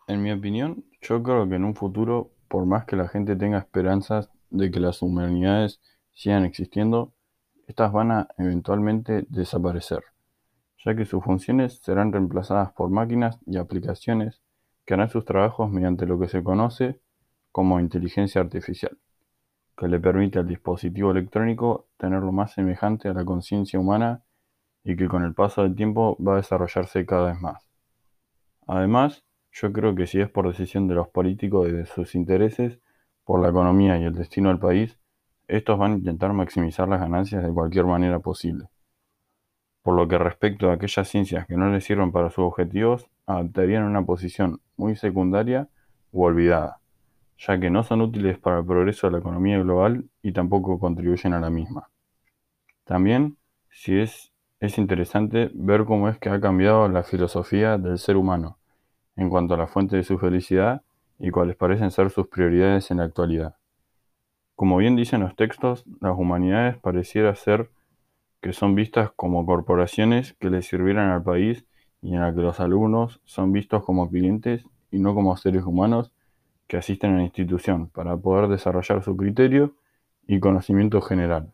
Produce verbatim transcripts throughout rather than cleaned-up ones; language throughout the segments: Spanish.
En mi opinión, yo creo que en un futuro, por más que la gente tenga esperanzas de que las humanidades sigan existiendo, estas van a eventualmente desaparecer, ya que sus funciones serán reemplazadas por máquinas y aplicaciones que harán sus trabajos mediante lo que se conoce como inteligencia artificial, que le permite al dispositivo electrónico tener lo más semejante a la conciencia humana y que con el paso del tiempo va a desarrollarse cada vez más. Además, yo creo que si es por decisión de los políticos y de sus intereses, por la economía y el destino del país, estos van a intentar maximizar las ganancias de cualquier manera posible. Por lo que respecto a aquellas ciencias que no les sirven para sus objetivos, adoptarían una posición muy secundaria u olvidada, ya que no son útiles para el progreso de la economía global y tampoco contribuyen a la misma. También, si es, es interesante ver cómo es que ha cambiado la filosofía del ser humano en cuanto a la fuente de su felicidad y cuáles parecen ser sus prioridades en la actualidad. Como bien dicen los textos, las humanidades pareciera ser que son vistas como corporaciones que le sirvieran al país y en la que los alumnos son vistos como clientes y no como seres humanos que asisten a la institución para poder desarrollar su criterio y conocimiento general.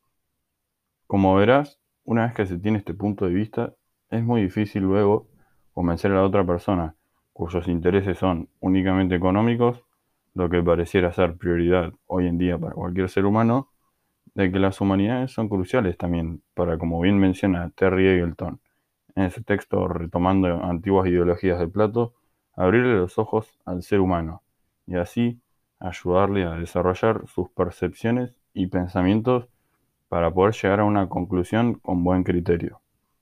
Como verás, una vez que se tiene este punto de vista, es muy difícil luego convencer a la otra persona, cuyos intereses son únicamente económicos, lo que pareciera ser prioridad hoy en día para cualquier ser humano, de que las humanidades son cruciales también para, como bien menciona Terry Eagleton en ese texto retomando antiguas ideologías de Plato, abrirle los ojos al ser humano y así ayudarle a desarrollar sus percepciones y pensamientos para poder llegar a una conclusión con buen criterio.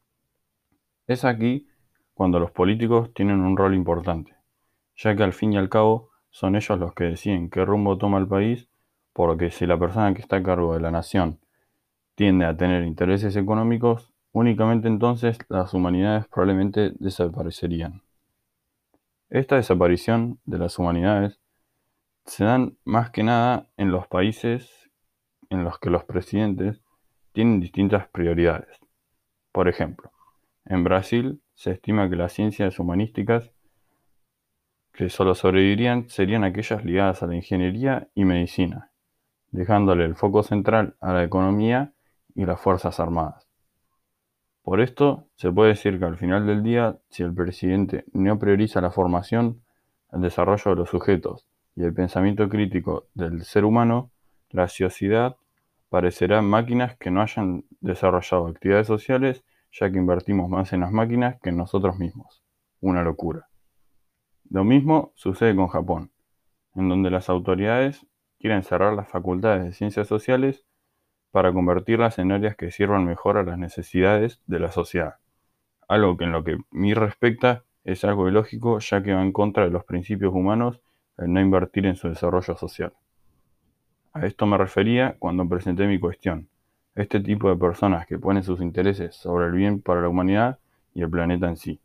Es aquí cuando los políticos tienen un rol importante, ya que al fin y al cabo son ellos los que deciden qué rumbo toma el país, porque si la persona que está a cargo de la nación tiende a tener intereses económicos, únicamente entonces las humanidades probablemente desaparecerían. Esta desaparición de las humanidades se dan más que nada en los países en los que los presidentes tienen distintas prioridades. Por ejemplo, en Brasil se estima que las ciencias humanísticas que solo sobrevivirían serían aquellas ligadas a la ingeniería y medicina, dejándole el foco central a la economía y las fuerzas armadas. Por esto, se puede decir que al final del día, si el presidente no prioriza la formación, el desarrollo de los sujetos y el pensamiento crítico del ser humano, la sociedad parecerá máquinas que no hayan desarrollado actividades sociales, ya que invertimos más en las máquinas que en nosotros mismos. Una locura. Lo mismo sucede con Japón, en donde las autoridades quieren cerrar las facultades de ciencias sociales para convertirlas en áreas que sirvan mejor a las necesidades de la sociedad. Algo que en lo que me respecta es algo ilógico, ya que va en contra de los principios humanos el no invertir en su desarrollo social. A esto me refería cuando presenté mi cuestión. Este tipo de personas que ponen sus intereses sobre el bien para la humanidad y el planeta en sí.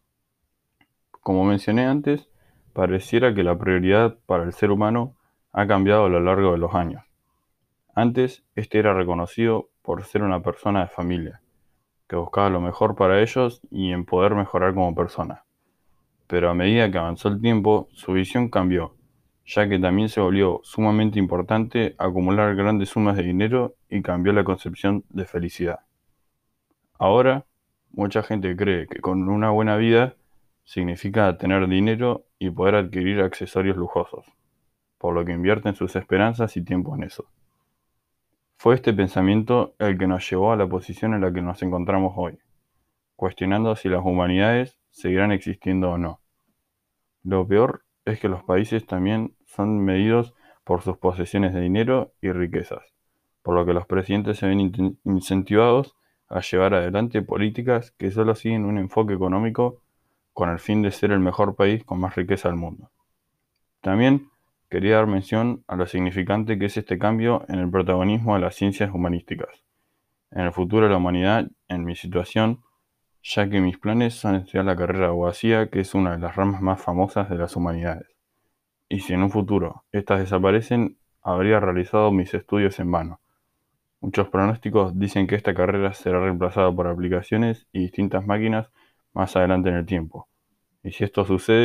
Como mencioné antes, pareciera que la prioridad para el ser humano ha cambiado a lo largo de los años. Antes, este era reconocido por ser una persona de familia, que buscaba lo mejor para ellos y en poder mejorar como persona. Pero a medida que avanzó el tiempo, su visión cambió, ya que también se volvió sumamente importante acumular grandes sumas de dinero y cambió la concepción de felicidad. Ahora, mucha gente cree que con una buena vida significa tener dinero y poder adquirir accesorios lujosos, por lo que invierten sus esperanzas y tiempo en eso. Fue este pensamiento el que nos llevó a la posición en la que nos encontramos hoy, cuestionando si las humanidades seguirán existiendo o no. Lo peor es que los países también son medidos por sus posesiones de dinero y riquezas, por lo que los presidentes se ven in- incentivados a llevar adelante políticas que solo siguen un enfoque económico con el fin de ser el mejor país con más riqueza del mundo. También quería dar mención a lo significante que es este cambio en el protagonismo de las ciencias humanísticas. En el futuro de la humanidad, en mi situación, ya que mis planes son estudiar la carrera de abogacía, que es una de las ramas más famosas de las humanidades. Y si en un futuro estas desaparecen, habría realizado mis estudios en vano. Muchos pronósticos dicen que esta carrera será reemplazada por aplicaciones y distintas máquinas más adelante en el tiempo. Y si esto sucede,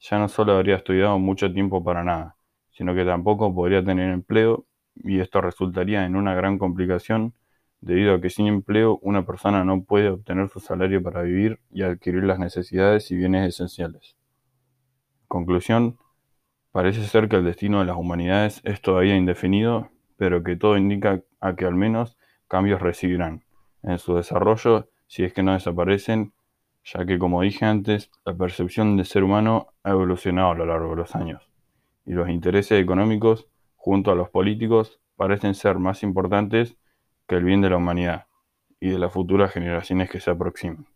ya no solo habría estudiado mucho tiempo para nada, sino que tampoco podría tener empleo, y esto resultaría en una gran complicación debido a que sin empleo una persona no puede obtener su salario para vivir y adquirir las necesidades y bienes esenciales. Conclusión: parece ser que el destino de las humanidades es todavía indefinido, pero que todo indica a que al menos cambios recibirán en su desarrollo si es que no desaparecen, ya que, como dije antes, la percepción del ser humano ha evolucionado a lo largo de los años, y los intereses económicos, junto a los políticos, parecen ser más importantes que el bien de la humanidad y de las futuras generaciones que se aproximan.